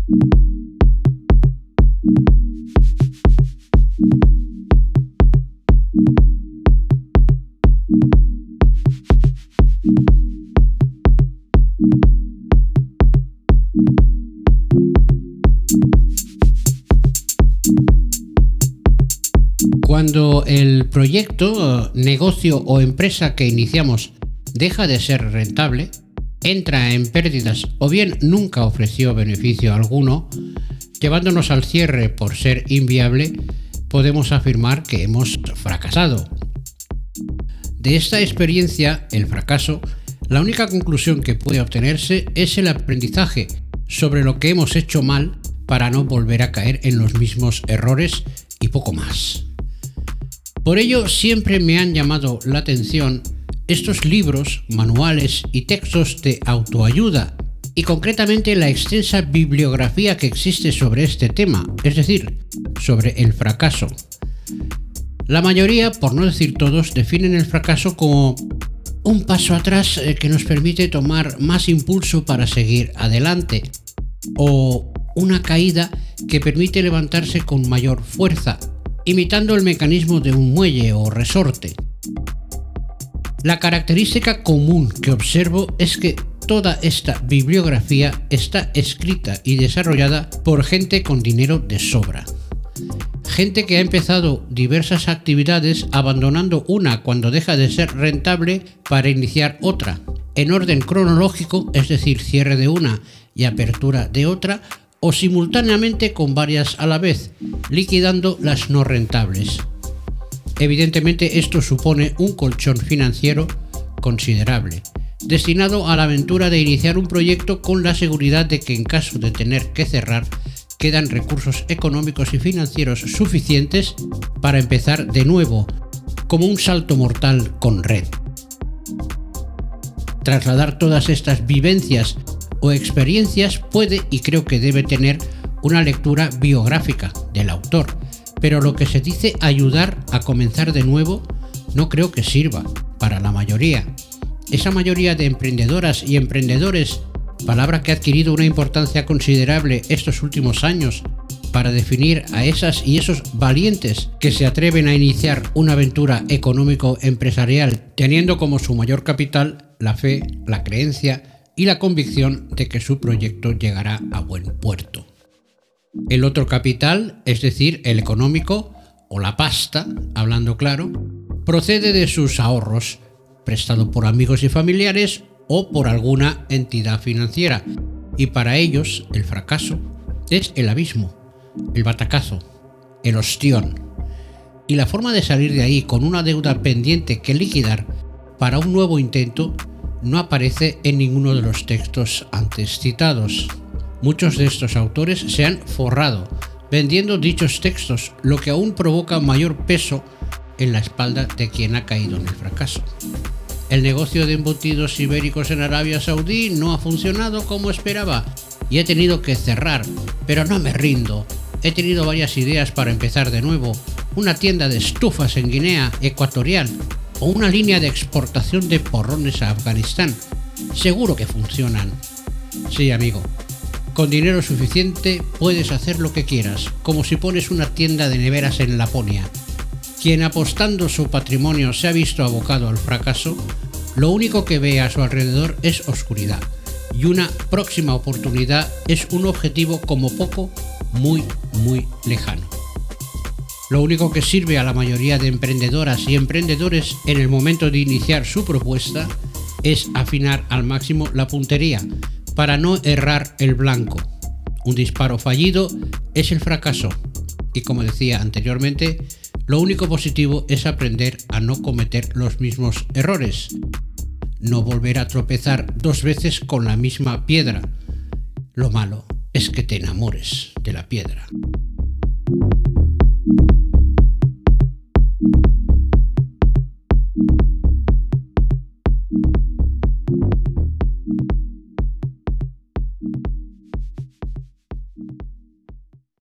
Cuando el proyecto, negocio o empresa que iniciamos deja de ser rentable, entra en pérdidas o bien nunca ofreció beneficio alguno, llevándonos al cierre por ser inviable, podemos afirmar que hemos fracasado. De esta experiencia, el fracaso, la única conclusión que puede obtenerse es el aprendizaje sobre lo que hemos hecho mal para no volver a caer en los mismos errores y poco más. Por ello, siempre me han llamado la atención estos libros, manuales y textos de autoayuda, y concretamente la extensa bibliografía que existe sobre este tema, es decir, sobre el fracaso. La mayoría, por no decir todos, definen el fracaso como un paso atrás que nos permite tomar más impulso para seguir adelante, o una caída que permite levantarse con mayor fuerza, imitando el mecanismo de un muelle o resorte. La característica común que observo es que toda esta bibliografía está escrita y desarrollada por gente con dinero de sobra. Gente que ha empezado diversas actividades abandonando una cuando deja de ser rentable para iniciar otra, en orden cronológico, es decir, cierre de una y apertura de otra, o simultáneamente con varias a la vez, liquidando las no rentables. Evidentemente esto supone un colchón financiero considerable, destinado a la aventura de iniciar un proyecto con la seguridad de que en caso de tener que cerrar, quedan recursos económicos y financieros suficientes para empezar de nuevo, como un salto mortal con red. Trasladar todas estas vivencias o experiencias puede y creo que debe tener una lectura biográfica del autor, pero lo que se dice ayudar a comenzar de nuevo no creo que sirva para la mayoría. Esa mayoría de emprendedoras y emprendedores, palabra que ha adquirido una importancia considerable estos últimos años para definir a esas y esos valientes que se atreven a iniciar una aventura económico-empresarial teniendo como su mayor capital la fe, la creencia y la convicción de que su proyecto llegará a buen puerto. El otro capital, es decir, el económico o la pasta, hablando claro, procede de sus ahorros, prestado por amigos y familiares o por alguna entidad financiera, y para ellos el fracaso es el abismo, el batacazo, el ostión, y la forma de salir de ahí con una deuda pendiente que liquidar para un nuevo intento no aparece en ninguno de los textos antes citados. Muchos de estos autores se han forrado vendiendo dichos textos, lo que aún provoca mayor peso en la espalda de quien ha caído en el fracaso. El negocio de embutidos ibéricos en Arabia Saudí no ha funcionado como esperaba y he tenido que cerrar, pero no me rindo. He tenido varias ideas para empezar de nuevo, una tienda de estufas en Guinea Ecuatorial o una línea de exportación de porrones a Afganistán. Seguro que funcionan. Sí, amigo. Con dinero suficiente puedes hacer lo que quieras, como si pones una tienda de neveras en Laponia. Quien apostando su patrimonio se ha visto abocado al fracaso, lo único que ve a su alrededor es oscuridad, y una próxima oportunidad es un objetivo como poco muy lejano. Lo único que sirve a la mayoría de emprendedoras y emprendedores en el momento de iniciar su propuesta es afinar al máximo la puntería para no errar el blanco. Un disparo fallido es el fracaso y, como decía anteriormente, lo único positivo es aprender a no cometer los mismos errores, no volver a tropezar dos veces con la misma piedra. Lo malo es que te enamores de la piedra.